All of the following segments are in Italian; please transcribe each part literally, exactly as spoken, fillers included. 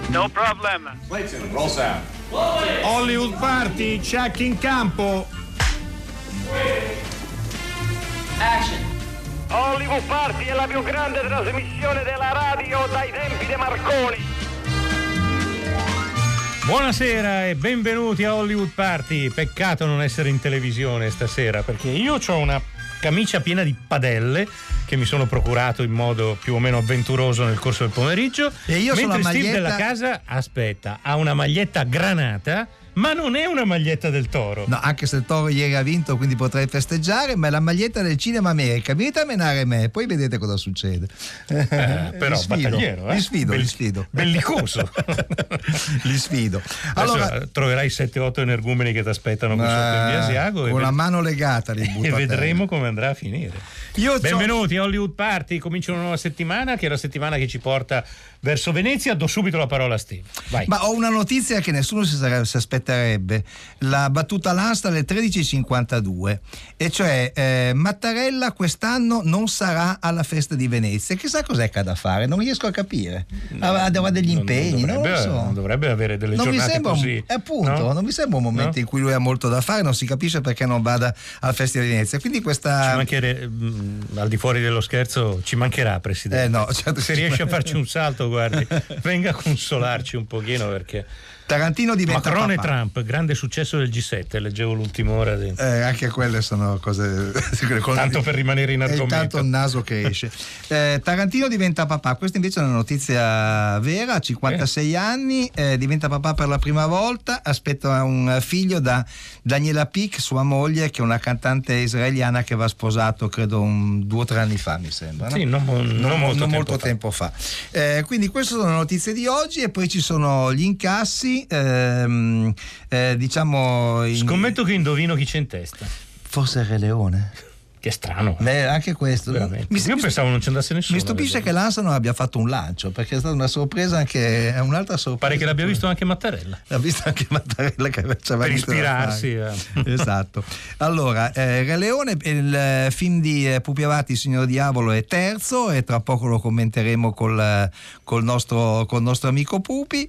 No problem. Clayton, roll sound. Hollywood Party, check in campo. Action. Hollywood Party è la più grande trasmissione della radio dai tempi di Marconi. Buonasera e benvenuti a Hollywood Party. Peccato non essere in televisione stasera, perché io ho una camicia piena di padelle che mi sono procurato in modo più o meno avventuroso nel corso del pomeriggio, e io mentre sono la Steve maglietta... della casa aspetta, ha una maglietta granata, ma non è una maglietta del Toro. No, anche se il Toro ieri ha vinto, quindi potrei festeggiare, ma è la maglietta del Cinema America. Venite a menare me, poi vedete cosa succede. Eh, però li sfido, battagliero, eh? li sfido, Bell- li sfido. Bellicoso. Li sfido. Allora Allora, troverai sette otto energumeni che ti aspettano qui sotto in via Asiago con e, la ved- mano legata li butto e a terra. vedremo come andrà a finire. Io Benvenuti a Hollywood Party, comincia una nuova settimana che è la settimana che ci porta verso Venezia. Do subito la parola a Steve. Vai. Ma ho una notizia che nessuno si, sarebbe, si aspetterebbe. La battuta l'asta alle tredici e cinquantadue, e cioè eh, Mattarella quest'anno non sarà alla festa di Venezia. Chissà cos'è che ha da fare, non riesco a capire. Avrà degli impegni, non, non, dovrebbe, lo so. non dovrebbe avere delle non mi giornate sembra così. un, appunto, no? non mi sembra un momento No? in cui lui ha molto da fare, non si capisce perché non vada al Festival di Venezia. Quindi questa. Ci mancherà, mh, al di fuori dello scherzo, ci mancherà, Presidente. Eh no, certo, se riesce a farci un salto, guardi, venga a consolarci un pochino, perché Tarantino diventa Macron papà. e Trump, grande successo del G sette, leggevo l'ultima ora di... Eh, anche quelle sono cose tanto per rimanere in e argomento. intanto il naso che esce. eh, Tarantino diventa papà, questa invece è una notizia vera, ha cinquantasei eh. anni, eh, diventa papà per la prima volta, aspetta un figlio da Daniela Pic, sua moglie, che è una cantante israeliana che aveva sposato credo un, due o tre anni fa, mi sembra, no? Sì, non, non, non molto, non tempo, molto fa. tempo fa, eh, quindi queste sono le notizie di oggi, e poi ci sono gli incassi. Ehm, eh, diciamo in... Scommetto che indovino chi c'è in testa. Forse Re Leone. Che strano. Beh, anche questo. Veramente. Mi, Io mi, pensavo non ci andasse nessuno. mi stupisce che l'Ansa non abbia fatto un lancio, perché è stata una sorpresa, anche è un'altra sorpresa. Pare che l'abbia visto anche Mattarella. L'ha visto anche Mattarella che aveva per ispirarsi. Eh. Esatto. Allora, eh, Re Leone, il film di eh, Pupi Avati, Il Signor Diavolo, è terzo, e tra poco lo commenteremo col, col, nostro, col nostro amico Pupi.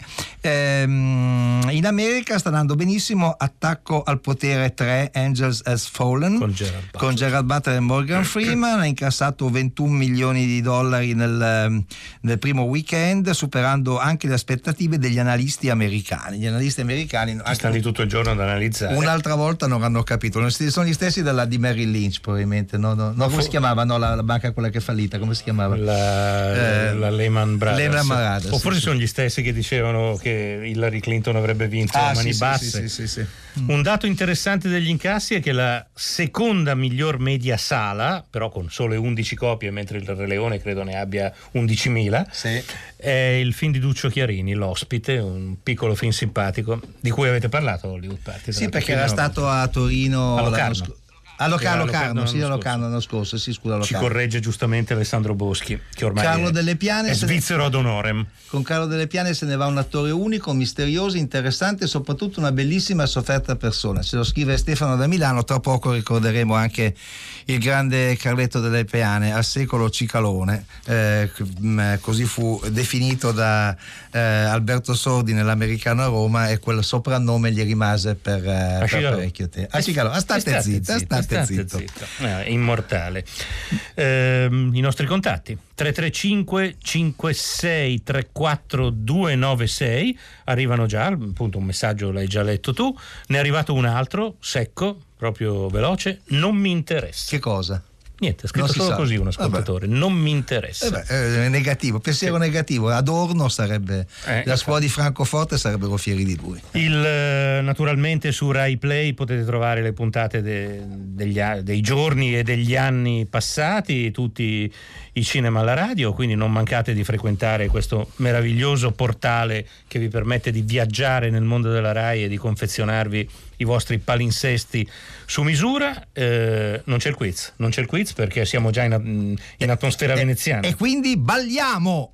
Ehm, in America sta andando benissimo Attacco al potere tre, Angels Has Fallen, con Gerard Butler. con Gerard Butler e Morgan Freeman. Ha incassato ventuno milioni di dollari nel, nel primo weekend, superando anche le aspettative degli analisti americani. Gli analisti americani stanno lì tutto il giorno ad analizzare. Un'altra volta non hanno capito, sono gli stessi della di Merrill Lynch, probabilmente. No, no, no, come si chiamava? No, la, la banca quella che è fallita, come si chiamava? La, eh, la Lehman Brothers. Lehman Brothers, o forse sì, sono sì. gli stessi che dicevano che Hillary Clinton avrebbe vinto ah, a mani sì, basse. Sì, sì, sì, sì. Un dato interessante degli incassi è che la seconda miglior media sala, però con sole undici copie, mentre il Re Leone credo ne abbia undicimila, sì. È il film di Duccio Chiarini, L'ospite, un piccolo film simpatico di cui avete parlato a Hollywood Party. Sì, perché era stato a Torino a l'anno Locarno. scorso. A Locarno, Locarno, sì, a l'anno Locarno l'anno scorso, sì, scusa, Ci Locarno. corregge giustamente Alessandro Boschi, che ormai Carlo è, Delle Piane è se ne- svizzero ad honorem. Con Carlo Delle Piane se ne va un attore unico, misterioso, interessante e soprattutto una bellissima e sofferta persona. Ce lo scrive Stefano da Milano. Tra poco ricorderemo anche il grande Carletto Delle Piane, al secolo Cicalone, eh, così fu definito da eh, Alberto Sordi nell'Americano a Roma, e quel soprannome gli rimase per, eh, per parecchio tempo. A Cicalone, ah, state, state zitto, state, state zitto. zitto. Eh, immortale. Eh, I nostri contatti: tre tre cinque cinque sei tre quattro due nove sei. Arrivano già, appunto un messaggio l'hai già letto tu, ne è arrivato un altro secco, proprio veloce: non mi interessa. Che cosa? Niente, è scritto Non si solo sa. così un ascoltatore. Vabbè. Non mi interessa. Eh beh, è negativo, pensiero Sì. negativo. Adorno sarebbe, Eh, la scuola di Francoforte sarebbero fieri di lui. Il, eh, naturalmente su Rai Play potete trovare le puntate de- degli a- dei giorni e degli anni passati, tutti i cinema alla radio, quindi non mancate di frequentare questo meraviglioso portale che vi permette di viaggiare nel mondo della Rai e di confezionarvi i vostri palinsesti su misura. Eh, non c'è il quiz, non c'è il quiz perché siamo già in, in atmosfera e, veneziana. E quindi balliamo!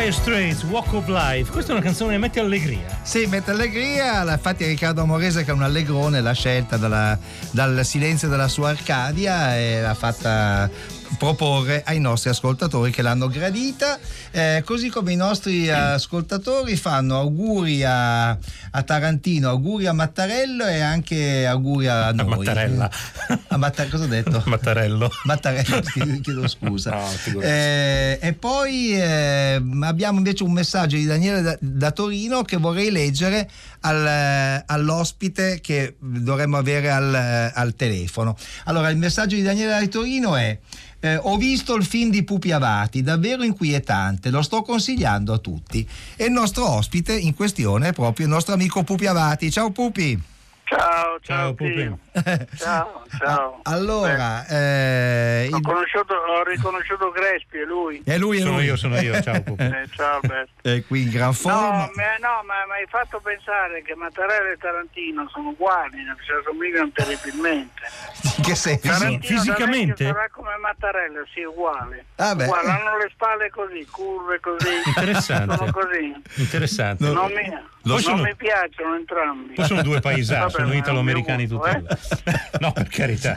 Dire Straits, Walk of Life. Questa è una canzone che mette allegria. Sì, mette allegria. Infatti Riccardo Amorese, che è un allegrone, l'ha scelta dalla, dal silenzio della sua Arcadia e l'ha fatta proporre ai nostri ascoltatori che l'hanno gradita, eh, così come i nostri ascoltatori fanno auguri a, a Tarantino, auguri a Mattarello e anche auguri a noi. A Mattarella. A Matta- cosa ho detto? Mattarello. Mattarello, chiedo scusa. No, eh, e poi eh, abbiamo invece un messaggio di Daniele da, da Torino che vorrei leggere al, all'ospite che dovremmo avere al, al telefono. Allora, il messaggio di Daniele da Torino è: Eh, ho visto il film di Pupi Avati, davvero inquietante, lo sto consigliando a tutti. E il nostro ospite in questione è proprio il nostro amico Pupi Avati. Ciao Pupi. Ciao, ciao, Ciao Pupi. ciao, ciao. Allora, eh, Ho, il... conosciuto, ho riconosciuto Crespi, è lui. è lui, è Sono lui. io, sono io. Ciao Pupi. Eh, ciao Alberto. È qui in gran No, forma. ma, no, ma mi hai fatto pensare che Mattarella e Tarantino sono uguali, si assomigliano terribilmente. In che senso? Tarantino Fisicamente? sarà come Mattarella, sì, uguale. Ah, beh. Uguale, hanno le spalle così, curve così. Interessante. Sono così. Interessante. No. Non mi, Lo non sono- mi piacciono entrambi. Poi sono due paesani, Vabbè, sono ma è italo-americani un mio tutti. gusto, e due. No, per carità.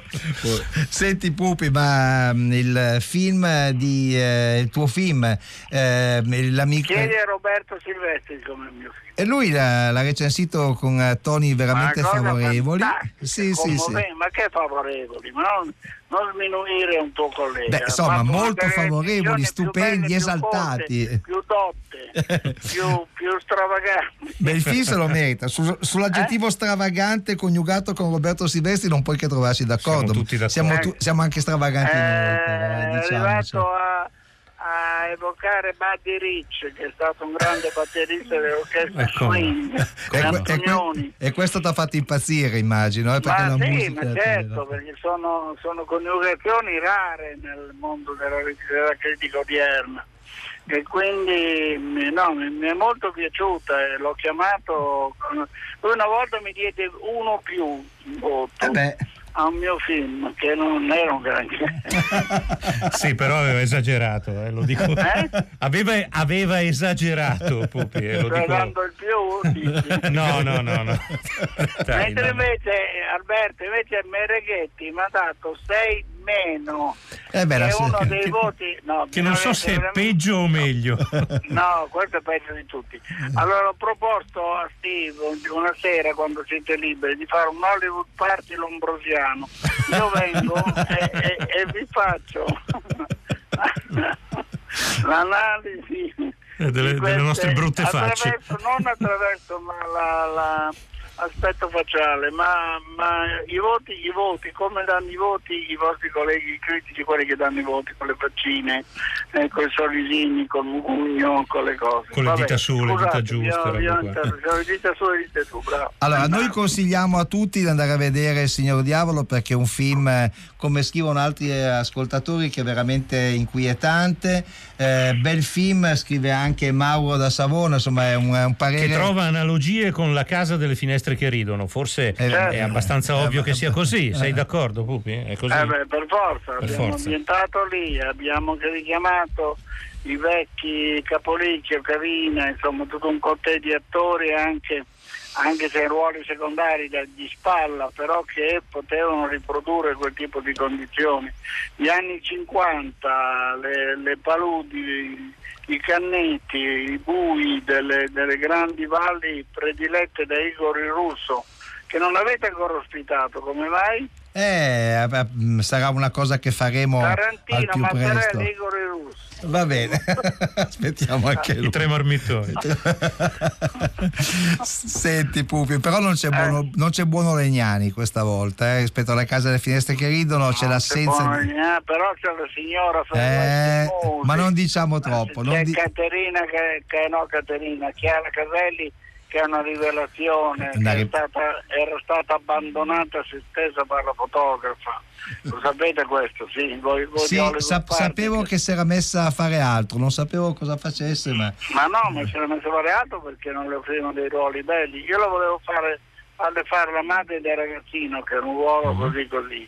Senti Pupi, ma mh, il film di eh, il tuo film, eh, l'amico, Chiedi a Roberto Silvestri come il mio figlio. e lui l'ha, l'ha recensito con eh, toni veramente Ma cosa favorevoli. fantastica, Sì, sì, sì. commovente. Ma che favorevoli? Ma non, non sminuire un tuo collega. Beh, insomma, Ha fatto una molto delle favorevoli, decisioni stupendi, più belle, esaltati. Più, forti, più dotte, più, più stravaganti. Beh, il film se lo merita. Su- sull'aggettivo Eh? stravagante coniugato con Roberto Silvestri non puoi che trovarsi d'accordo. Siamo tutti d'accordo. Siamo, tu- siamo anche stravaganti noi, però, eh, È diciamoci. arrivato a, a evocare Buddy Rich, che è stato un grande batterista dell'orchestra Ecco. Swing, E, que- e que- Antonioni. e questo ti ha fatto impazzire, immagino, eh, perché Ma la sì, musica ma certo, perché sono, sono coniugazioni rare nel mondo della, della critica odierna. E quindi no, mi, mi è molto piaciuta e l'ho chiamato. Lui una volta mi diede uno più un voto Eh beh. a un mio film che non era un granché. Sì, però aveva esagerato, eh, lo dico. Eh? Aveva, aveva esagerato, Pupi, eh, lo Sto dico. dando il più, dici? No, no, no, no. Dai, Mentre no. invece Alberto invece Mereghetti mi ha dato sei meno, Eh beh, che la è se- uno dei voti no, Che non so bisogna se è essere veramente- peggio o meglio. No, questo è peggio di tutti. Allora ho proposto a Steve una sera, quando siete liberi, di fare un Hollywood Party lombrosiano. Io vengo e, e, e vi faccio l'analisi Eh, delle- di delle nostre brutte attraverso- facce. non attraverso ma la, la aspetto facciale, ma, ma i voti, i voti, come danno i voti i vostri colleghi critici, quelli che danno i voti con le faccine, eh, con i sorrisini, con il mugugno, con le cose. Con le Vabbè, dita su, le dita scusate, giuste, vi ho- roba vi ho qua. inter- con le dita su e le dita su, bravo. Allora, noi consigliamo a tutti di andare a vedere Il Signor Diavolo, perché è un film, eh, come scrivono altri eh, ascoltatori, che è veramente inquietante. Eh, bel film, scrive anche Mauro da Savona, insomma è un, è un parere. Che trova analogie con La casa delle finestre che ridono. Forse Eh, è abbastanza eh, ovvio eh, che sia così. Sei d'accordo, Pupi? È così? Eh beh, per forza, Per abbiamo forza. ambientato lì, abbiamo anche richiamato i vecchi Capolicchio, Cavina, insomma tutto un cocktail di attori, anche, anche se in ruoli secondari da- di spalla, però che potevano riprodurre quel tipo di condizioni. Gli anni cinquanta, le, le paludi, i cannetti, i bui delle, delle grandi valli predilette da Igor il Russo, che non avete ancora ospitato, come mai? Eh, eh, mh, sarà una cosa che faremo al Tarantino, più presto. Mattarella, Igor il Russo. Va bene, aspettiamo anche I lui. tre marmittoni. Senti Pupi, però non c'è buono, non c'è buono Legnani questa volta, eh, rispetto alla casa delle finestre che ridono c'è No, l'assenza buono, di... eh, però c'è la signora Eh, Ferrari Musi. ma non diciamo troppo, C'è non di- Caterina che, che no Caterina, Chiara Caselli, che è una rivelazione, Una che ri- è stata, era stata abbandonata a se stessa per la fotografa. Lo sapete questo? Sì, voi, voi Sì, di Hollywood sap- Party, sapevo che si era messa a fare altro, non sapevo cosa facesse, ma Ma no, ma si era messo a fare altro perché non le offrivano dei ruoli belli. Io lo volevo fare, farle fare la madre del ragazzino, che era un ruolo così così.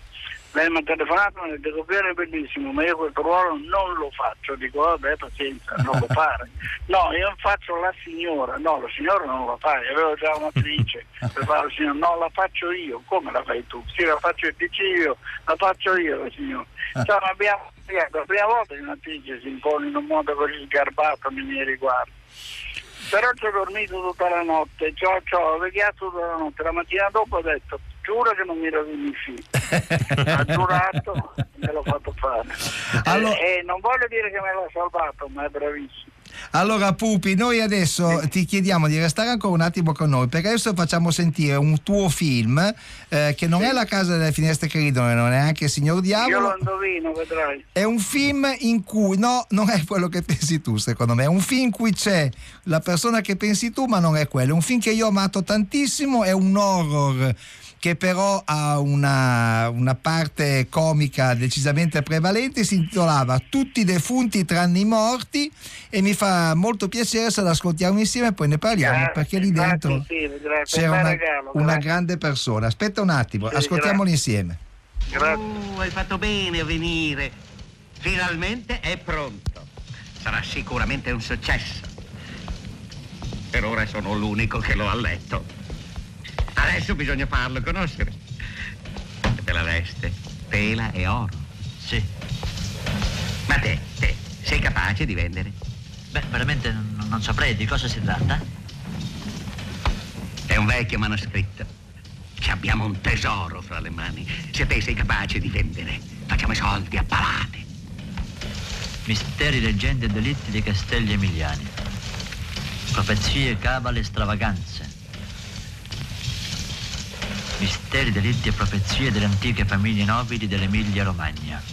lei mi ha telefonato, mi ha detto Piero è bellissimo, ma io questo ruolo non lo faccio. Dico vabbè, pazienza, non lo fare. No, io faccio la signora. No, la signora non la fai, avevo già un'attrice per fare la signora. No, la faccio io. Come la fai tu? Sì, la faccio io, dici io, la faccio io la signora. Cioè, abbiamo spiegato, la prima volta che un'attrice si impone in un modo così sgarbato nei miei riguardi. Però ci ho dormito tutta la notte, ci ho, ci ho vegliato tutta la notte. La mattina dopo ho detto giuro che non mi rovini il film. Ha giurato, me l'ho fatto fare. Allora... E, e non voglio dire che me l'ha salvato, ma è bravissimo. Allora Pupi, noi adesso ti chiediamo di restare ancora un attimo con noi, perché adesso facciamo sentire un tuo film eh, che non sì. è La casa delle finestre che ridono, non è anche Signor Diavolo. Io lo indovino, vedrai. È un film in cui, no, non è quello che pensi tu secondo me, è un film in cui c'è la persona che pensi tu ma non è quello, è un film che io ho amato tantissimo, è un horror che però ha una, una parte comica decisamente prevalente, si intitolava Tutti i defunti tranne i morti, e mi fa molto piacere se l'ascoltiamo insieme e poi ne parliamo, grazie, perché lì dentro sì, c'è una, regalo, una grande persona. Aspetta un attimo, sì, ascoltiamolo grazie. insieme. Grazie. Uh, hai fatto bene a venire, finalmente è pronto, sarà sicuramente un successo. Per ora sono l'unico che lo ha letto. Adesso bisogna farlo conoscere. Per la veste, tela e oro. Sì. Ma te, te, sei capace di vendere? Beh, veramente non, non saprei di cosa si tratta. È un vecchio manoscritto. Ci abbiamo un tesoro fra le mani. Se te sei capace di vendere, facciamo i soldi a palate. Misteri, leggende e delitti dei castelli emiliani. Profezie, cabale, stravaganze. Misteri, delitti e profezie delle antiche famiglie nobili dell'Emilia Romagna.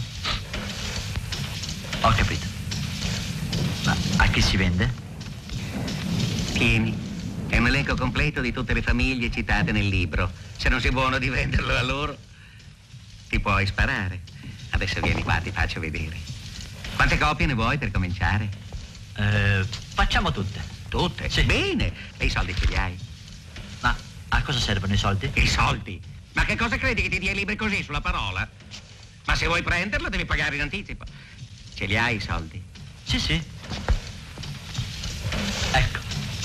Ho capito. Ma a chi si vende? Tieni, è un elenco completo di tutte le famiglie citate nel libro. Se non sei buono di venderlo a loro, ti puoi sparare. Adesso vieni qua, ti faccio vedere. Quante copie ne vuoi per cominciare? Eh, facciamo tutte. Tutte? Sì. Bene, e i soldi ce li hai? Ma a cosa servono i soldi? I soldi? Ma che cosa credi che ti dia i libri così sulla parola? Ma se vuoi prenderlo devi pagare in anticipo. Ce li hai i soldi? Sì, sì. Ecco.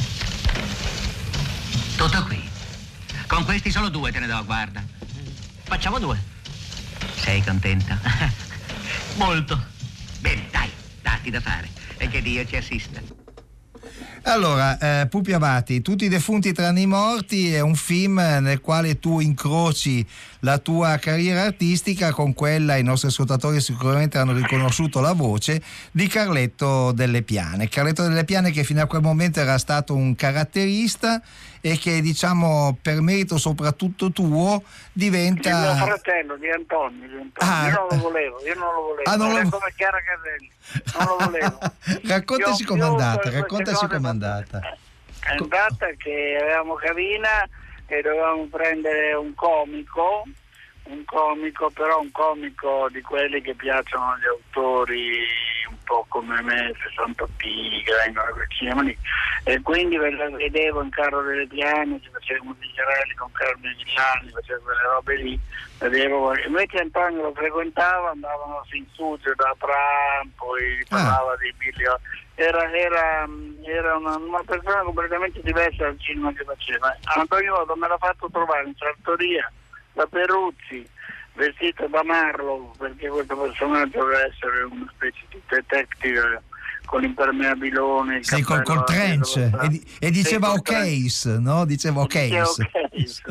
Tutto qui. Con questi solo due te ne do, guarda. Facciamo due. Sei contento? Molto. Bene, dai, datti da fare. E che Dio ci assista. Allora, eh, Pupi Abati, Tutti i defunti tranne i morti è un film nel quale tu incroci la tua carriera artistica con quella, i nostri ascoltatori sicuramente hanno riconosciuto la voce, di Carletto Delle Piane. Carletto Delle Piane che fino a quel momento era stato un caratterista e che, diciamo, per merito soprattutto tuo diventa... Il mio fratello di Antonio, di Antonio. Ah, io non lo volevo, io non lo volevo, ah, non era lo... come Chiara Caselli, non lo volevo. Raccontaci com'è andata, raccontaci com'è andata. È andata che avevamo cabina e dovevamo prendere un comico, un comico, però un comico di quelli che piacciono agli autori un po' come me, sessanta P, che vengono da quel cinema lì. E quindi vedevo in Carlo Delle Piane, ci facevo Musicherelli con Carlo Emiliani, facevo quelle robe lì, vedevo, invece Antonio lo frequentava, andavano fin su da Pram, poi parlava ah. di Billy. Era, era, era una, una persona completamente diversa dal cinema che faceva. Antonio me l'ha fatto trovare in trattoria da Peruzzi, vestito da Marlowe, perché questo personaggio doveva essere una specie di detective con l'impermeabilone, il sì, col, col trench e, di, e diceva sì, ok, no? Diceva ok. Diceva okay, sì.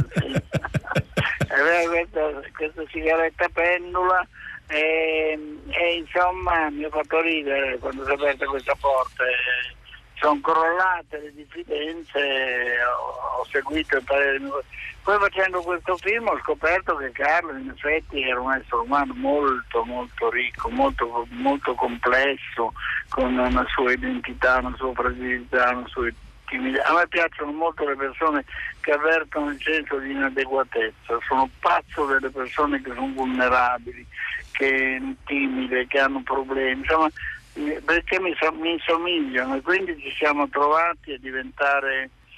Aveva questa, questa sigaretta pendula e, e insomma mi ha fatto ridere quando si è aperta questa porta. E sono crollate le diffidenze, ho, ho seguito il parere. Poi facendo questo film ho scoperto che Carlo in effetti era un essere umano molto molto ricco, molto, molto complesso, con una sua identità, una sua fragilità, una sua timidezza. A me piacciono molto le persone che avvertono il senso di inadeguatezza, sono pazzo delle persone che sono vulnerabili, che timide, che hanno problemi, insomma, perché mi, mi insomigliano, e quindi ci siamo trovati a diventare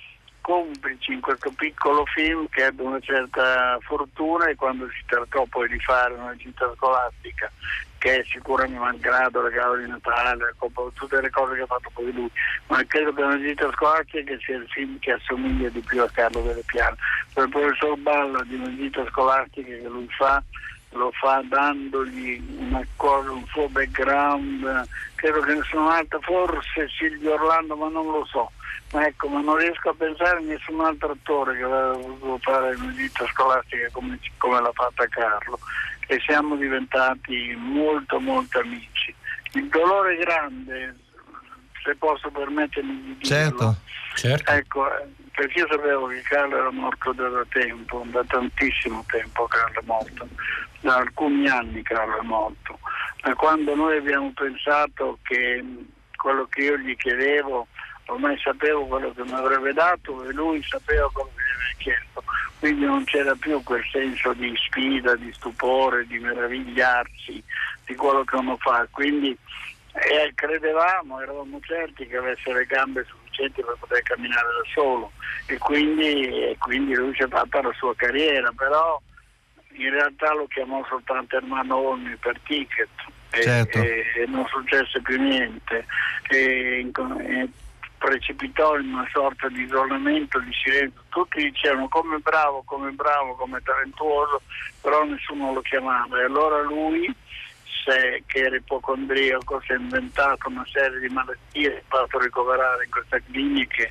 complici in questo piccolo film che ebbe una certa fortuna, e quando si trattò poi di fare una gita scolastica, che è sicuramente, malgrado il regalo di Natale, tutte le cose che ha fatto poi lui, ma credo che una gita scolastica sia il film che assomiglia di più a Carlo Delle Piane. Per il professor Balla, di una gita scolastica che lui fa, lo fa dandogli una cosa, un suo background, credo che nessun altro, forse Silvio Orlando, ma non lo so, ma ecco, ma non riesco a pensare a nessun altro attore che aveva voluto fare una gita scolastica come, come l'ha fatta Carlo, e siamo diventati molto molto amici. Il dolore grande, se posso permettermi di dirlo, certo, certo. ecco, perché io sapevo che Carlo era morto da, da tempo, da tantissimo tempo Carlo è morto, da alcuni anni Carlo è morto, ma quando noi abbiamo pensato che quello che io gli chiedevo, ormai sapevo quello che mi avrebbe dato e lui sapeva quello che gli aveva chiesto, quindi non c'era più quel senso di sfida, di stupore, di meravigliarsi di quello che uno fa, quindi eh, credevamo, eravamo certi che avesse le gambe sufficienti per poter camminare da solo, e quindi, e quindi lui si è fatta la sua carriera, però in realtà lo chiamò soltanto Ermanno Olmi per Ticket, e, certo. e, e non successe più niente, e, e precipitò in una sorta di isolamento, di silenzio. Tutti dicevano come bravo, come bravo, come talentuoso, però nessuno lo chiamava, e allora lui, se, che era ipocondriaco, si è inventato una serie di malattie, è fatto ricoverare in questa clinica,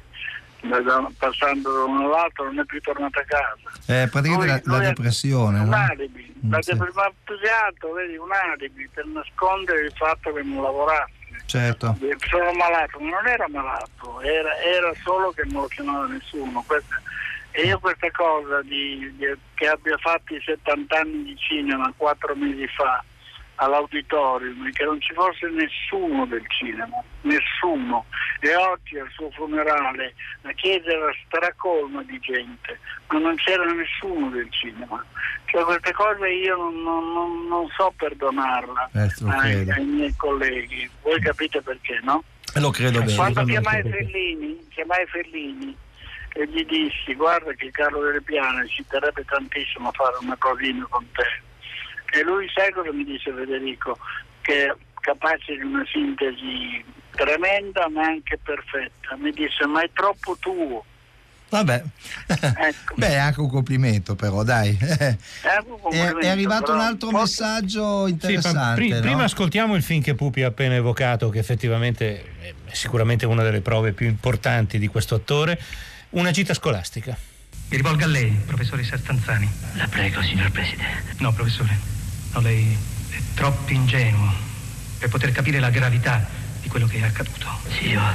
passando da uno all'altro, non è più tornato a casa. Eh, praticamente Lui- la, la lui è depressione, un no? alibi, Mm, la sì. dep- ma più che altro, vedi, un alibi per nascondere il fatto che non lavorasse. Certo. Sono malato, ma non era malato, era, era solo che non lo chiamava nessuno. Questa- e io questa cosa di, di- che abbia fatto i settanta anni di cinema quattro mesi fa all'auditorium, che non ci fosse nessuno del cinema, nessuno, e oggi al suo funerale la chiesa era stracolma di gente, ma non c'era nessuno del cinema. Cioè queste cose io non, non- non- non so perdonarla Eh, lo ai, credo. ai miei colleghi, voi capite perché, no? Eh, Lo credo bene. Quando Assolutamente, chiamai perché- Fellini, chiamai Fellini e gli dissi: guarda che Carlo Delle Piane ci terrebbe tantissimo a fare una cosina con te. E lui, sai cosa mi disse Federico? Che è capace di una sintesi tremenda ma anche perfetta. Mi disse: ma è troppo tuo. Vabbè, Ecco. beh, è anche un complimento, però, dai. È, un È, complimento, è arrivato però un altro forse- messaggio Sì, interessante. pri- no? prima ascoltiamo il film che Pupi ha appena evocato, che effettivamente è sicuramente una delle prove più importanti di questo attore, Una gita scolastica. Mi rivolgo a lei, professoressa Stanzani. La prego, signor Presidente. No, professore, no, lei è troppo ingenuo per poter capire la gravità di quello che è accaduto. Sì, io,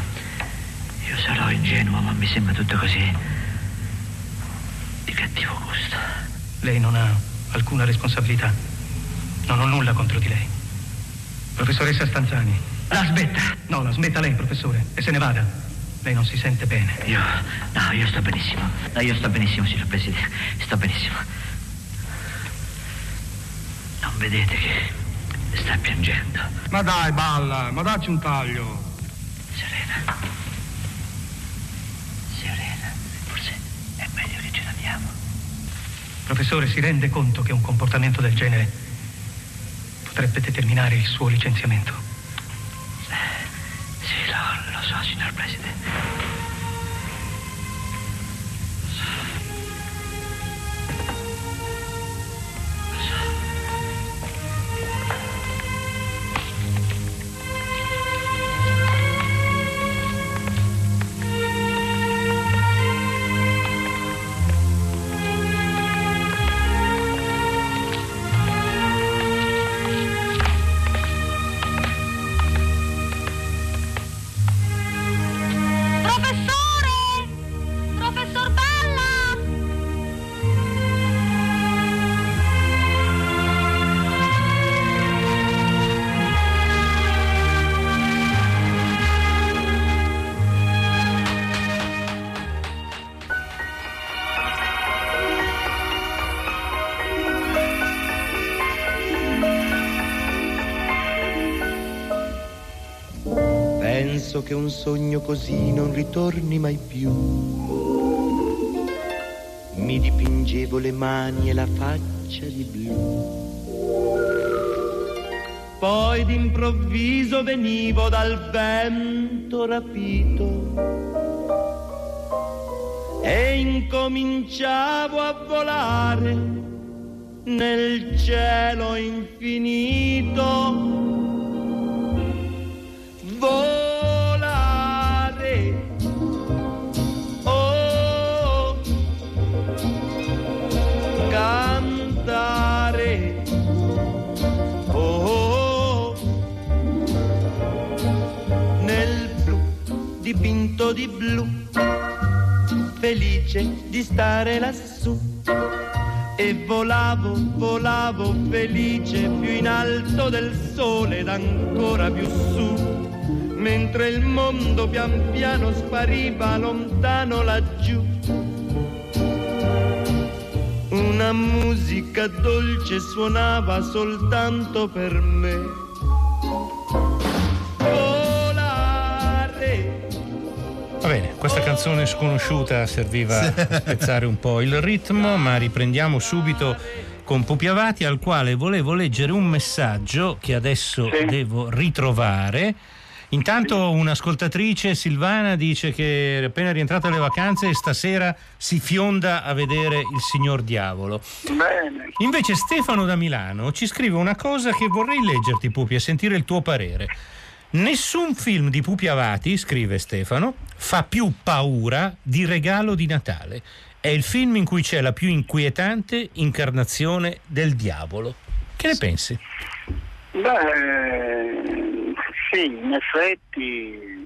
io sarò ingenuo, ma mi sembra tutto così di cattivo gusto. Lei non ha alcuna responsabilità. Non ho nulla contro di lei. Professoressa Stanzani. La smetta. No, la smetta lei, professore, e se ne vada. Lei non si sente bene. Io, no, io sto benissimo. No, io sto benissimo, signor Presidente. Sto benissimo. Non vedete che sta piangendo? Ma dai, Balla, ma dacci un taglio. Serena. Serena, forse è meglio che ce l'abbiamo. Professore, si rende conto che un comportamento del genere potrebbe determinare il suo licenziamento? Sì, lo, lo so, signor Presidente. Professore! Professor Balla! Penso che un sogno così non ritorni mai più. mi dipingevo le mani e la faccia di blu. Poi d'improvviso venivo dal vento rapito e incominciavo a volare nel cielo infinito. Volare, oh, cantare, oh, nel blu dipinto di blu, felice di stare lassù. E volavo, volavo felice più in alto del sole ed ancora più su, mentre il mondo pian piano spariva lontano laggiù. Una musica dolce suonava soltanto per me. Va bene, questa canzone sconosciuta serviva a spezzare un po' il ritmo, ma riprendiamo subito con Pupi Avati, al quale volevo leggere un messaggio che adesso sì. devo ritrovare. Intanto un'ascoltatrice, Silvana, dice che è appena rientrata dalle vacanze e stasera si fionda a vedere Il Signor Diavolo. Bene. Invece Stefano da Milano ci scrive una cosa che vorrei leggerti, Pupi, e sentire il tuo parere. Nessun film di Pupi Avati, scrive Stefano, fa più paura di Regalo di Natale. È il film in cui c'è la più inquietante incarnazione del diavolo. Che ne pensi? Beh, sì, in effetti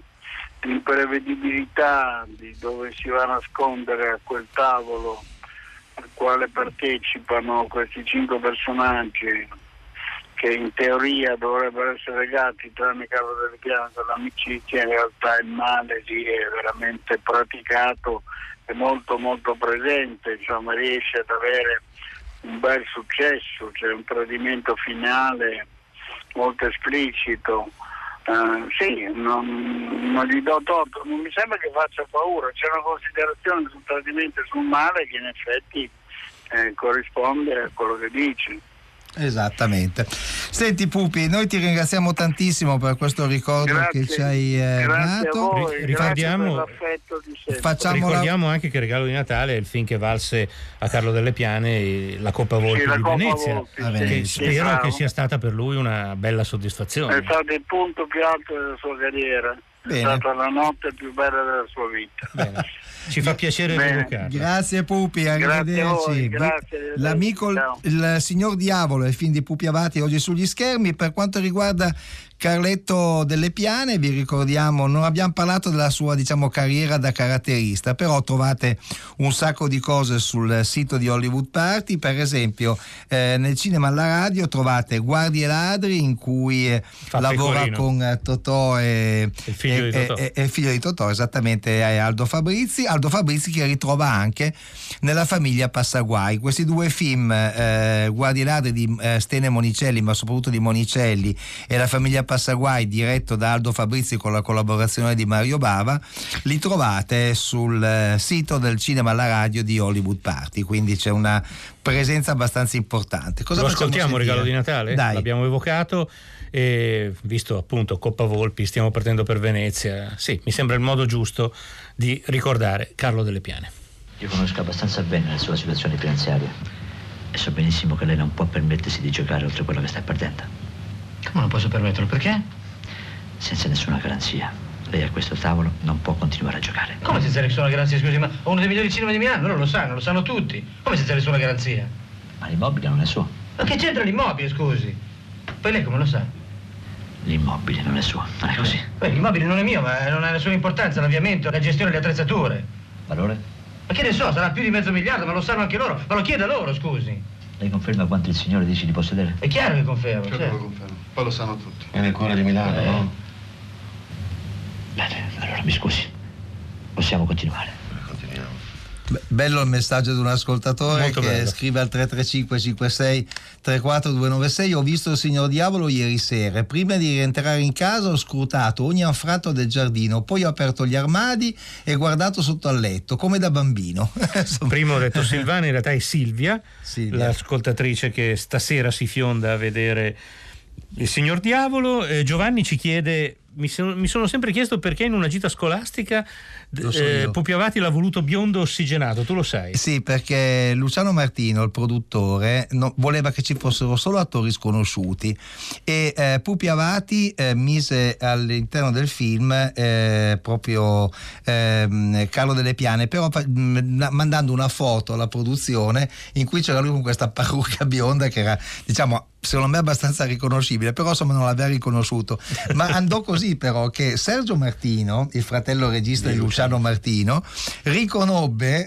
l'imprevedibilità di dove si va a nascondere a quel tavolo al quale partecipano questi cinque personaggi, che in teoria dovrebbero essere legati tranne Carlo Delle Piane dall'amicizia, in realtà il male lì è veramente praticato, è molto molto presente, insomma riesce ad avere un bel successo, c'è un tradimento finale molto esplicito. Uh, sì, non, non gli do torto, non mi sembra che faccia paura, c'è una considerazione sul tradimento e sul male che in effetti eh, corrisponde a quello che dici. Esattamente. Senti Pupi, noi ti ringraziamo tantissimo per questo ricordo grazie, che ci hai eh, dato. Voi, ricordiamo facciamo ricordiamo la... anche che Regalo di Natale è il film che valse a Carlo Delle Piane la Coppa Volpi sì, di Coppa Venezia, Volpi, che sì, spero sì, che sia stata per lui una bella soddisfazione. È stato il punto più alto della sua carriera. Bene. È stata la notte più bella della sua vita. Bene. Ci fa piacere rievocarlo. Grazie Pupi, arrivederci. Grazie, L'amico il, il Signor Diavolo è il film di Pupi Avati oggi sugli schermi. Per quanto riguarda Carletto Delle Piane, vi ricordiamo, non abbiamo parlato della sua, diciamo, carriera da caratterista, però trovate un sacco di cose sul sito di Hollywood Party. Per esempio eh, nel cinema alla radio trovate Guardie e Ladri, in cui eh, lavora Pecorino. con eh, Totò e il figlio, e, di Totò. E, e, e figlio di Totò, esattamente, è Aldo Fabrizi Aldo Fabrizi che ritrova anche nella Famiglia Passaguai. Questi due film, eh, Guardie e Ladri di eh, Stene Monicelli, ma soprattutto di Monicelli, e La Famiglia Passaguai diretto da Aldo Fabrizi con la collaborazione di Mario Bava, li trovate sul eh, sito del cinema alla radio di Hollywood Party, quindi c'è una presenza abbastanza importante. Cosa lo ascoltiamo? Regalo di Natale? Dai. L'abbiamo evocato e visto appunto Coppa Volpi, stiamo partendo per Venezia, sì, mi sembra il modo giusto di ricordare Carlo Delle Piane. Io conosco abbastanza bene la sua situazione finanziaria e so benissimo che lei non può permettersi di giocare oltre quello che sta perdendo. Come non posso permetterlo? Perché? Senza nessuna garanzia. Lei a questo tavolo non può continuare a giocare. Come senza nessuna garanzia? Scusi, ma ho uno dei migliori cinema di Milano, loro lo sanno, lo sanno tutti. Come senza nessuna garanzia? Ma l'immobile non è suo. Ma che c'entra l'immobile, scusi? Poi lei come lo sa? L'immobile non è suo, non è così. Beh, l'immobile non è mio, ma non ha nessuna importanza, l'avviamento, la gestione delle attrezzature. Valore? Ma che ne so, sarà più di mezzo miliardo, ma lo sanno anche loro. Ma lo chieda loro, scusi. Lei conferma quanto il signore dice di possedere? È chiaro che confermo, certo. certo. Lo confermo. Poi lo sanno tutti. È nel cuore di Milano, eh. no? Bene, allora mi scusi. Possiamo continuare. Continuiamo. Bello il messaggio di un ascoltatore Molto che bello. scrive al tre tre cinque cinque sei tre quattro due nove sei: ho visto il signor Diavolo ieri sera, prima di rientrare in casa ho scrutato ogni anfratto del giardino, poi ho aperto gli armadi e guardato sotto al letto come da bambino. Prima ho detto Silvana, in realtà è Silvia, Silvia. l'ascoltatrice che stasera si fionda a vedere il signor Diavolo. eh, Giovanni ci chiede: mi sono, mi sono sempre chiesto perché in una gita scolastica Lo so eh, io. Pupi Avati l'ha voluto biondo ossigenato, tu lo sai? Sì, perché Luciano Martino, il produttore, no, voleva che ci fossero solo attori sconosciuti e eh, Pupi Avati eh, mise all'interno del film eh, proprio ehm, Carlo Delle Piane, però fa- mh, mandando una foto alla produzione in cui c'era lui con questa parrucca bionda che era, diciamo, secondo me abbastanza riconoscibile, però insomma non l'aveva riconosciuto. Ma andò così però che Sergio Martino, il fratello regista di Luciano Martino, riconobbe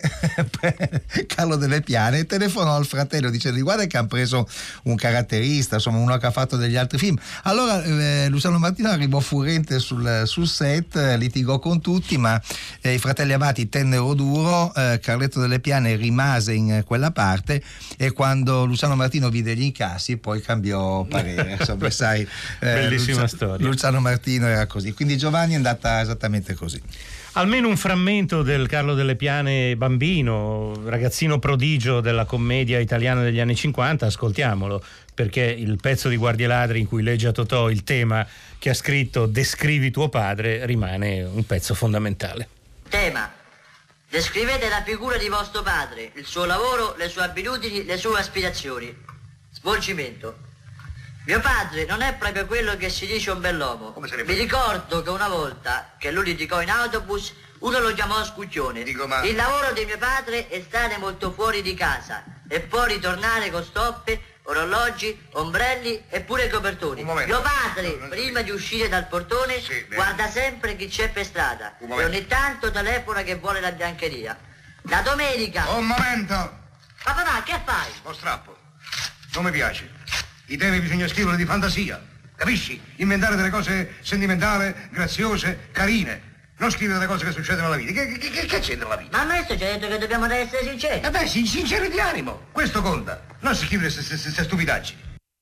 Carlo Delle Piane e telefonò al fratello dicendo: guarda che hanno preso un caratterista, insomma uno che ha fatto degli altri film. Allora eh, Luciano Martino arrivò furente sul, sul set, eh, litigò con tutti, ma eh, i fratelli Avati tennero duro, eh, Carletto Delle Piane rimase in quella parte e quando Luciano Martino vide gli incassi poi cambiò parere. Insomma, sai, eh, Bellissima Lucia- storia. Luciano Martino era così, quindi Giovanni è andata esattamente così. Almeno un frammento del Carlo Delle Piane bambino, ragazzino prodigio della commedia italiana degli anni cinquanta, ascoltiamolo, perché il pezzo di Guardie Ladri in cui legge a Totò il tema che ha scritto Descrivi tuo padre rimane un pezzo fondamentale. Tema: descrivete la figura di vostro padre, il suo lavoro, le sue abitudini, le sue aspirazioni. Svolgimento: mio padre non è proprio quello che si dice un bell'uomo. Mi ricordo che una volta che lui litigò in autobus, uno lo chiamò scucchione. Dico, ma... Il lavoro di mio padre è stare molto fuori di casa e poi ritornare con stoppe, orologi, ombrelli e pure copertoni. Mio padre, prima di uscire dal portone, Sì, guarda sempre chi c'è per strada Un e momento. ogni tanto telefona che vuole la biancheria. La domenica... Un momento! Ma papà, che fai? Lo strappo. Non mi piace. I temi bisogna scrivere di fantasia. Capisci? Inventare delle cose sentimentali, graziose, carine. Non scrivere delle cose che succedono nella vita. Che, che, che, che c'entra la vita? Ma il maestro ci ha detto che dobbiamo essere sinceri. Eh beh, sin- sinceri di animo. Questo conta. Non si scrivere queste stupidaggini.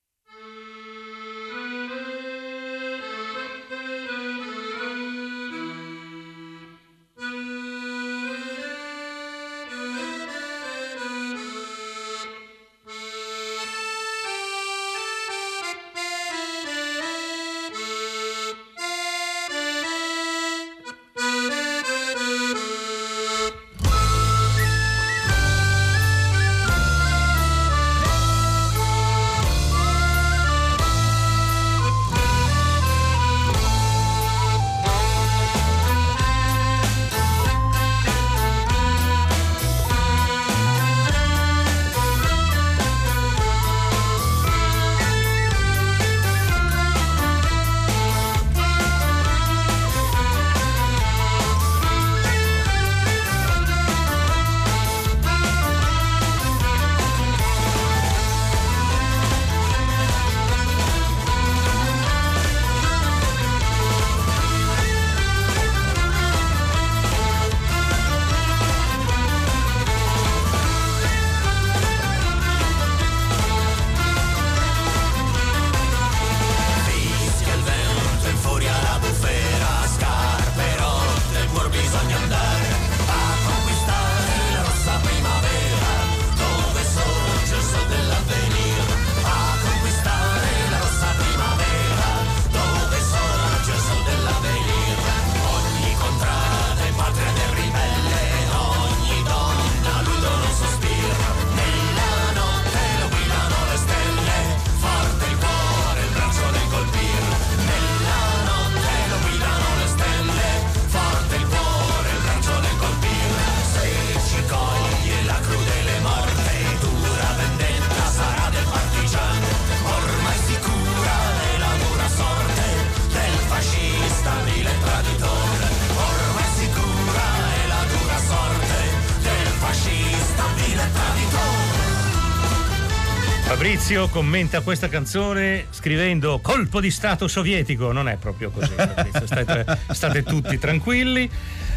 Fabrizio commenta questa canzone scrivendo colpo di stato sovietico. Non è proprio così, Fabrizio. State, state tutti tranquilli.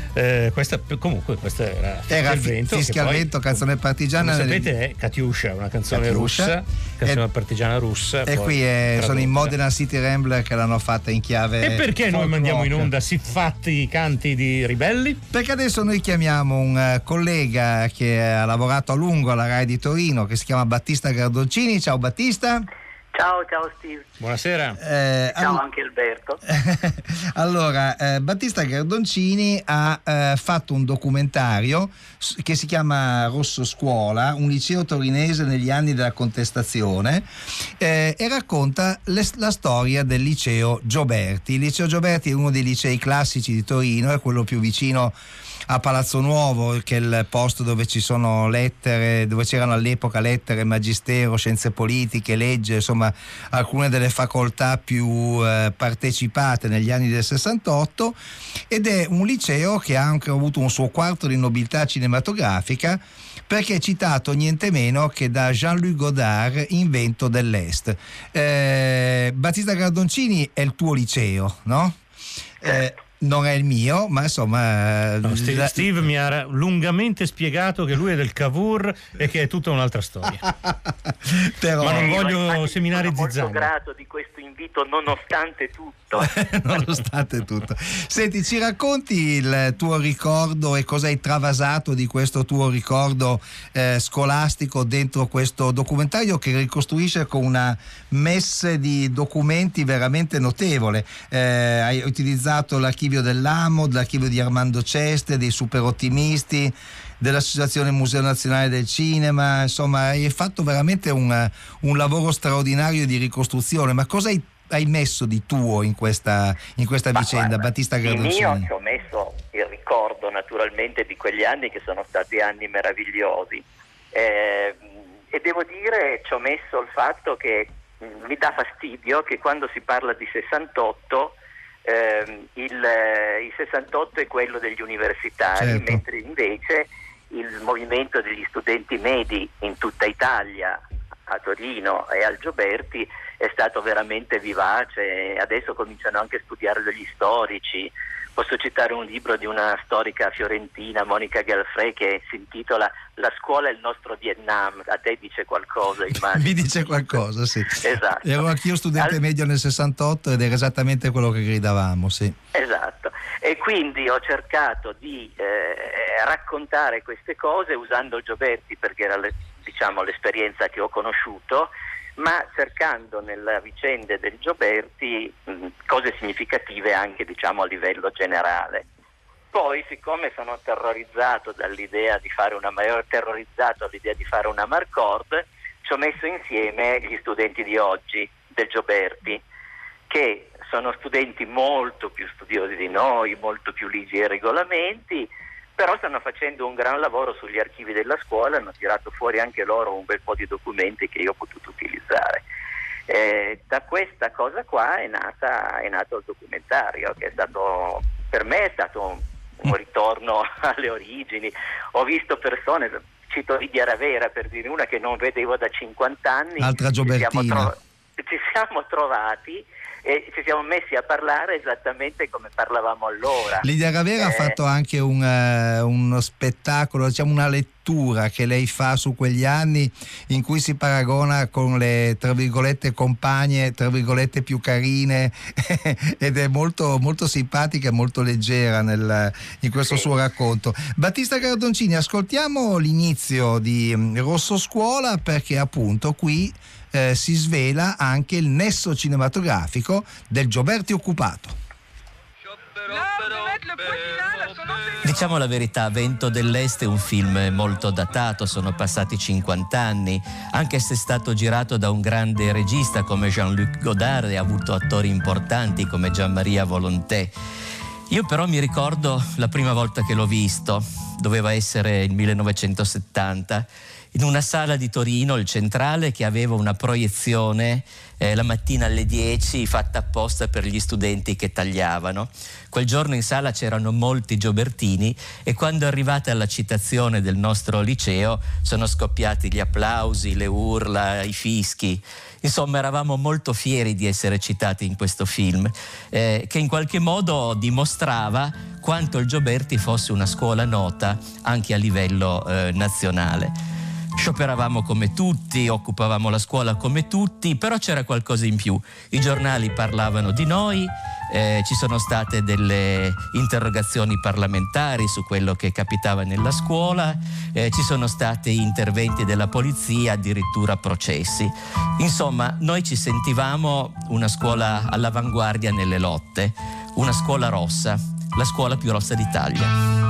Eh, questa, comunque questa era Era il vento, Fischia al vento, canzone partigiana. Come sapete è Katiuscia, una canzone Katiuscia. russa, canzone e, partigiana russa. E qui è, sono i Modena City Rambler che l'hanno fatta in chiave. E perché noi mandiamo in onda siffatti canti di ribelli? Perché adesso noi chiamiamo un uh, collega che ha lavorato a lungo alla Rai di Torino, che si chiama Battista Gardoncini. Ciao Battista. Ciao, ciao Steve. Buonasera. Eh, ciao all- anche Alberto. allora, eh, Battista Gardoncini ha eh, fatto un documentario che si chiama Rosso Scuola, un liceo torinese negli anni della contestazione, eh, e racconta le, la storia del liceo Gioberti. Il liceo Gioberti è uno dei licei classici di Torino, è quello più vicino a Palazzo Nuovo, che è il posto dove ci sono lettere, dove c'erano all'epoca lettere, magistero, scienze politiche, legge, insomma alcune delle facoltà più eh, partecipate negli anni del sessantotto, ed è un liceo che ha anche avuto un suo quarto di nobiltà cinematografica, perché è citato niente meno che da Jean-Luc Godard in Vento dell'Est. Eh, Battista Gardoncini è il tuo liceo, no? Eh, non è il mio, ma insomma no, Steve, la... Steve mi ha lungamente spiegato che lui è del Cavour e che è tutta un'altra storia. Però, ma non voglio seminare zizzania. Sono molto grato di questo invito nonostante tutto. Nonostante tutto. Senti, ci racconti il tuo ricordo e cosa hai travasato di questo tuo ricordo eh, scolastico dentro questo documentario che ricostruisce con una messe di documenti veramente notevole. Eh, hai utilizzato l'archivio dell'A M O D, l'archivio di Armando Ceste, dei super ottimisti, dell'Associazione Museo Nazionale del Cinema, insomma hai fatto veramente un, un lavoro straordinario di ricostruzione. Ma cosa hai, hai messo di tuo in questa, in questa vicenda, guarda, Battista Gardoncini? Di mio ci ho messo il ricordo naturalmente di quegli anni che sono stati anni meravigliosi, eh, e devo dire ci ho messo il fatto che mh, mi dà fastidio che quando si parla di sessantotto eh, il, eh, il sessantotto è quello degli universitari, certo. Mentre invece il movimento degli studenti medi in tutta Italia, a Torino e al Gioberti, è stato veramente vivace. Adesso cominciano anche a studiare degli storici. Posso citare un libro di una storica fiorentina, Monica Galfrey, che si intitola La scuola è il nostro Vietnam. A te dice qualcosa, immagino. Mi dice qualcosa, sì. Esatto. Ero anch'io studente Al... medio nel sessantotto ed era esattamente quello che gridavamo, sì. Esatto. E quindi ho cercato di eh, raccontare queste cose usando il Gioberti, perché era le, diciamo, l'esperienza che ho conosciuto, ma cercando nella vicenda del Gioberti mh, cose significative anche, diciamo, a livello generale. Poi, siccome sono terrorizzato dall'idea di fare una terrorizzato all'idea di fare una Marcord, ci ho messo insieme gli studenti di oggi del Gioberti, che sono studenti molto più studiosi di noi, molto più ligi ai regolamenti, però stanno facendo un gran lavoro sugli archivi della scuola, hanno tirato fuori anche loro un bel po' di documenti che io ho potuto utilizzare. Eh, da questa cosa qua è, nata, è nato il documentario, che è stato, per me è stato un ritorno alle origini. Ho visto persone, cito Lidia Ravera per dire una che non vedevo da cinquanta anni, altra Giobertina. Ci siamo, tro- ci siamo trovati e ci siamo messi a parlare esattamente come parlavamo allora. Lidia Ravera eh, ha fatto anche un, uh, uno spettacolo, diciamo una lettura che lei fa su quegli anni in cui si paragona con le, tra virgolette, compagne, tra virgolette, più carine ed è molto, molto simpatica e molto leggera nel, in questo sì. suo racconto. Battista Gardoncini, ascoltiamo l'inizio di Rosso Scuola, perché appunto qui Eh, si svela anche il nesso cinematografico del Gioberti occupato. Diciamo la verità, Vento dell'Est è un film molto datato, sono passati cinquanta anni, anche se è stato girato da un grande regista come Jean-Luc Godard e ha avuto attori importanti come Gianmaria Volonté. Io però mi ricordo la prima volta che l'ho visto, doveva essere il millenovecentosettanta. in una sala di Torino, il Centrale, che aveva una proiezione eh, la mattina alle dieci fatta apposta per gli studenti che tagliavano. Quel giorno in sala c'erano molti giobertini e quando è arrivata la citazione del nostro liceo sono scoppiati gli applausi, le urla, i fischi. Insomma, eravamo molto fieri di essere citati in questo film, eh, che in qualche modo dimostrava quanto il Gioberti fosse una scuola nota anche a livello eh, nazionale. Scioperavamo come tutti, occupavamo la scuola come tutti, però c'era qualcosa in più. I giornali parlavano di noi, eh, ci sono state delle interrogazioni parlamentari su quello che capitava nella scuola, eh, ci sono stati interventi della polizia, addirittura processi. Insomma, noi ci sentivamo una scuola all'avanguardia nelle lotte, una scuola rossa, la scuola più rossa d'Italia.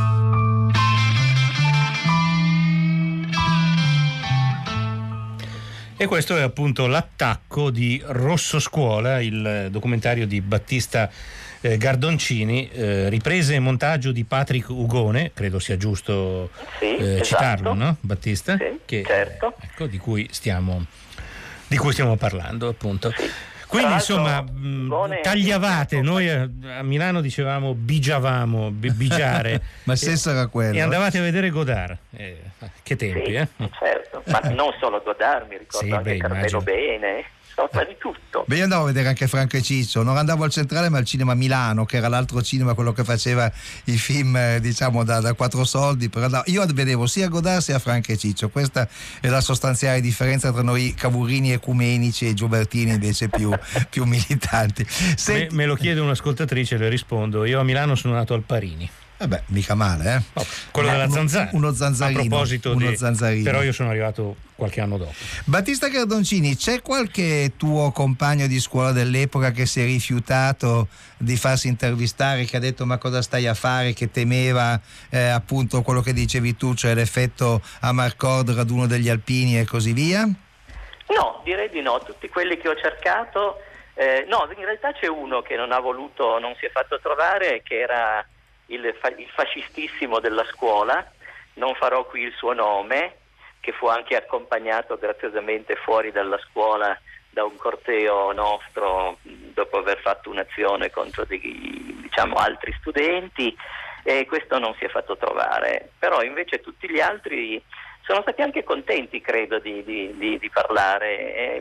E questo è appunto l'attacco di Rosso Scuola, il documentario di Battista eh, Gardoncini, eh, riprese e montaggio di Patrick Ugone, credo sia giusto sì, eh, esatto. citarlo, no? Battista? Sì, che, certo. Ecco, di cui stiamo, di cui stiamo parlando, appunto. Sì. Quindi insomma mh, tagliavate, noi a, a Milano dicevamo bigiavamo, bi, bigiare. Ma il senso era quello. E andavate a vedere Godard. Eh, che tempi, sì, eh? Certo, ma non solo Godard, mi ricordo sì, anche beh, Carmelo Bene, insomma di tutto. Beh, io andavo a vedere anche Franco e Ciccio, non andavo al Centrale ma al Cinema Milano, che era l'altro cinema, quello che faceva i film eh, diciamo da, da quattro soldi, però andavo, io vedevo sia Godard sia Franco e Ciccio. Questa è la sostanziale differenza tra noi cavurini ecumenici e giobertini invece più, più militanti. Senti... Me, me lo chiede un'ascoltatrice, le rispondo, io a Milano sono nato al Parini. Vabbè, mica male, eh? Oh, quello della Zanzara. Uno zanzarino. A proposito uno di... zanzarino. Però io sono arrivato qualche anno dopo. Battista Gardoncini, c'è qualche tuo compagno di scuola dell'epoca che si è rifiutato di farsi intervistare, che ha detto ma cosa stai a fare, che temeva eh, appunto quello che dicevi tu, cioè l'effetto Amarcord, raduno degli alpini e così via? No, direi di no. Tutti quelli che ho cercato, eh, no, in realtà c'è uno che non ha voluto, non si è fatto trovare, che era Il, fa- il fascistissimo della scuola, non farò qui il suo nome, che fu anche accompagnato graziosamente fuori dalla scuola da un corteo nostro dopo aver fatto un'azione contro dei, diciamo, altri studenti, e questo non si è fatto trovare. Però invece tutti gli altri sono stati anche contenti, credo, di, di, di, di parlare. E,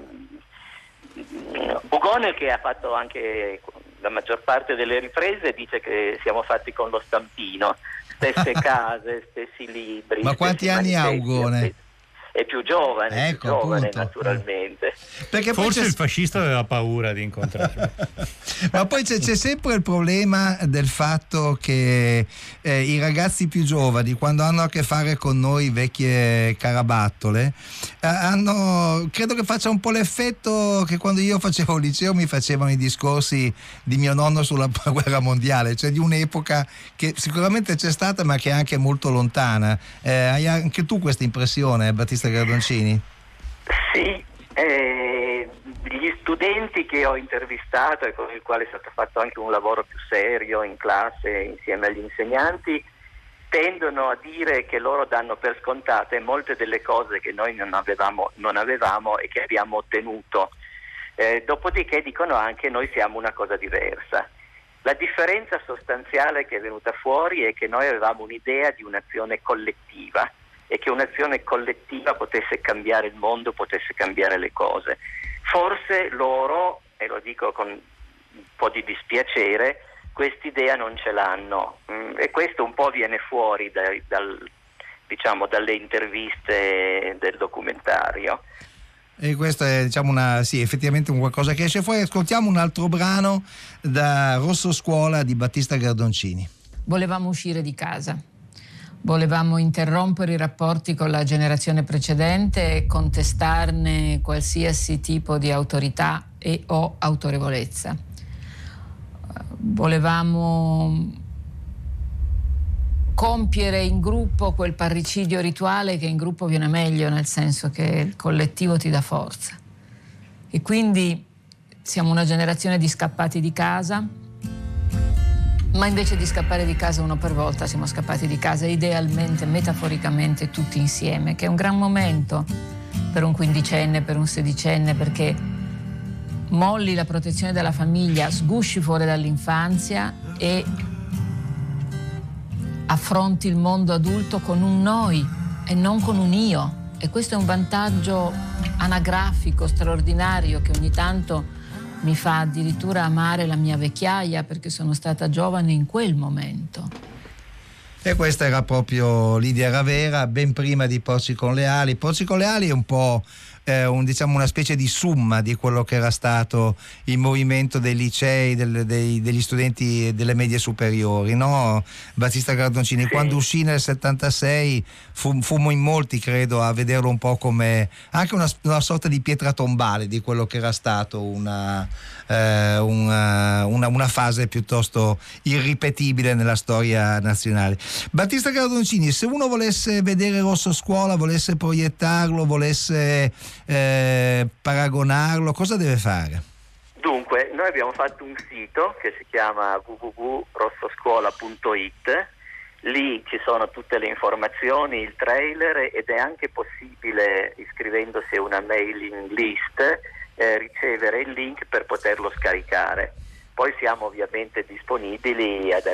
Ugone, che ha fatto anche la maggior parte delle riprese, dice che siamo fatti con lo stampino, stesse case, stessi libri. Ma quanti anni ha Ugone? È più giovane, ecco, più giovane appunto. Naturalmente. Perché forse il fascista aveva paura di incontrarlo. Ma poi c'è, c'è sempre il problema del fatto che eh, i ragazzi più giovani, quando hanno a che fare con noi vecchie carabattole, eh, hanno, credo che faccia un po' l'effetto che quando io facevo il liceo mi facevano i discorsi di mio nonno sulla guerra mondiale, cioè di un'epoca che sicuramente c'è stata ma che è anche molto lontana. Eh, hai anche tu questa impressione, Battista Gardoncini? Sì, eh, gli studenti che ho intervistato e con il quale è stato fatto anche un lavoro più serio in classe insieme agli insegnanti tendono a dire che loro danno per scontate molte delle cose che noi non avevamo, non avevamo e che abbiamo ottenuto. Eh, dopodiché dicono anche noi siamo una cosa diversa. La differenza sostanziale che è venuta fuori è che noi avevamo un'idea di un'azione collettiva e che un'azione collettiva potesse cambiare il mondo, potesse cambiare le cose. Forse loro, e lo dico con un po' di dispiacere, quest'idea non ce l'hanno, mm, e questo un po' viene fuori dai, dal, diciamo, dalle interviste del documentario. E questo è, diciamo, una, sì, effettivamente un qualcosa che esce fuori. Ascoltiamo un altro brano da Rosso Scuola di Battista Gardoncini. Volevamo uscire di casa. Volevamo interrompere i rapporti con la generazione precedente e contestarne qualsiasi tipo di autorità e o autorevolezza. Volevamo compiere in gruppo quel parricidio rituale che in gruppo viene meglio, nel senso che il collettivo ti dà forza. E quindi siamo una generazione di scappati di casa, Ma invece di scappare di casa uno per volta, siamo scappati di casa idealmente, metaforicamente, tutti insieme, che è un gran momento per un quindicenne, per un sedicenne, perché molli la protezione della famiglia, sgusci fuori dall'infanzia e affronti il mondo adulto con un noi e non con un io. E questo è un vantaggio anagrafico straordinario che ogni tanto mi fa addirittura amare la mia vecchiaia, perché sono stata giovane in quel momento. E questa era proprio Lidia Ravera, ben prima di Porci con le ali. Porci con le ali è un po' eh, un, diciamo una specie di summa di quello che era stato il movimento dei licei, del, dei, degli studenti delle medie superiori, no? Battista Cardoncini, sì. Quando uscì nel settantasei fu, fummo in molti, credo, a vederlo un po' come anche una, una sorta di pietra tombale di quello che era stato una, eh, una, una, una fase piuttosto irripetibile nella storia nazionale. Battista Cardoncini, se uno volesse vedere Rosso Scuola, volesse proiettarlo, volesse eh, paragonarlo, cosa deve fare? Dunque, noi abbiamo fatto un sito che si chiama w w w punto rossoscuola punto i t, lì ci sono tutte le informazioni, il trailer, ed è anche possibile, iscrivendosi a una mailing list, eh, ricevere il link per poterlo scaricare. Poi siamo ovviamente disponibili ad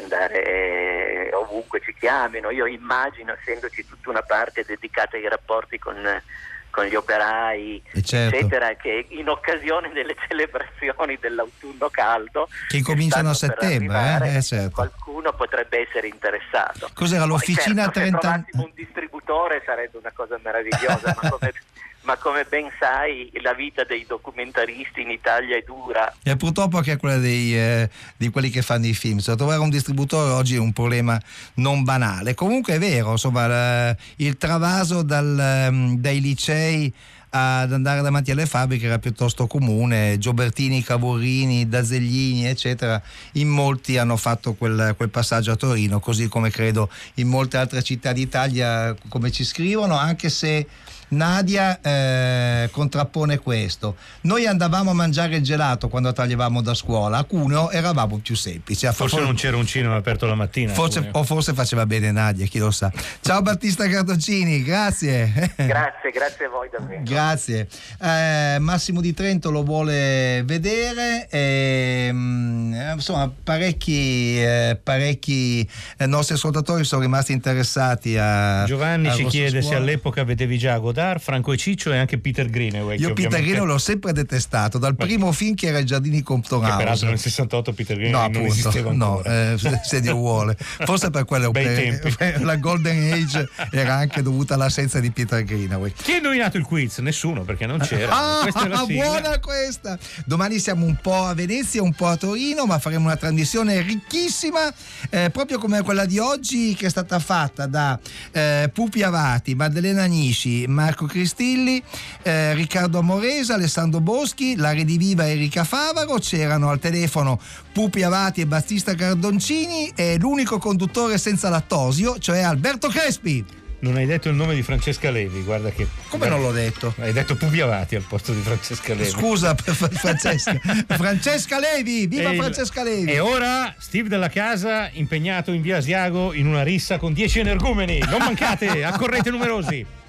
andare ovunque ci chiamino. Io immagino, essendoci tutta una parte dedicata ai rapporti con, con gli operai, certo, eccetera, che in occasione delle celebrazioni dell'autunno caldo, che cominciano a settembre, arrivare, eh? certo. qualcuno potrebbe essere interessato. Cos'era l'officina Poi, certo, trenta? Se trovassimo un distributore sarebbe una cosa meravigliosa, ma come... ma come ben sai la vita dei documentaristi in Italia è dura. E purtroppo anche quella dei, eh, di quelli che fanno i film, cioè, trovare un distributore oggi è un problema non banale. Comunque è vero, insomma, la, il travaso dal, um, dai licei ad andare davanti alle fabbriche era piuttosto comune. Giobertini, Cavourrini, Dazeglini, eccetera, in molti hanno fatto quel, quel passaggio a Torino, così come credo in molte altre città d'Italia, come ci scrivono, anche se Nadia eh, contrappone questo. Noi andavamo a mangiare il gelato quando tagliavamo da scuola, a Cuneo eravamo più semplici. Forse for- non c'era un cinema aperto la mattina. Forse, o forse faceva bene Nadia, chi lo sa. Ciao Battista Cardoncini, grazie. Grazie, grazie a voi davvero. Grazie. Eh, Massimo di Trento lo vuole vedere. E, insomma, parecchi, eh, parecchi eh, nostri ascoltatori sono rimasti interessati a. Giovanni a ci Rosso chiede Scuola. Se all'epoca vedevi già Godard, Franco e Ciccio e anche Peter Greenaway. Io Peter Greenaway l'ho sempre detestato, dal Beh, primo film che era I Giardini Compton House. Che peraltro nel sessantotto Peter Greenaway no, non appunto, esisteva ancora. No, eh, se Dio vuole. Forse per quello per, la Golden Age era anche dovuta all'assenza di Peter Greenaway. Chi ha indovinato il quiz? Nessuno, perché non c'era. Ah, questa è la sigla. Buona questa! Domani siamo un po' a Venezia, un po' a Torino, ma faremo una trasmissione ricchissima, eh, proprio come quella di oggi, che è stata fatta da eh, Pupi Avati, Maddalena Nisci, Marco Cristilli, Eh, Riccardo Amoresa, Alessandro Boschi, la rediviva Erika Favaro. C'erano al telefono Pupi Avati e Battista Cardoncini e l'unico conduttore senza lattosio, cioè Alberto Crespi. Non hai detto il nome di Francesca Levi, guarda che. Come non l'ho detto? Hai detto Pupi Avati al posto di Francesca Levi. Scusa per Francesca. Francesca Levi, viva e Francesca Levi. E ora Steve Della Casa, impegnato in via Asiago in una rissa con dieci energumeni. Non mancate, accorrete numerosi.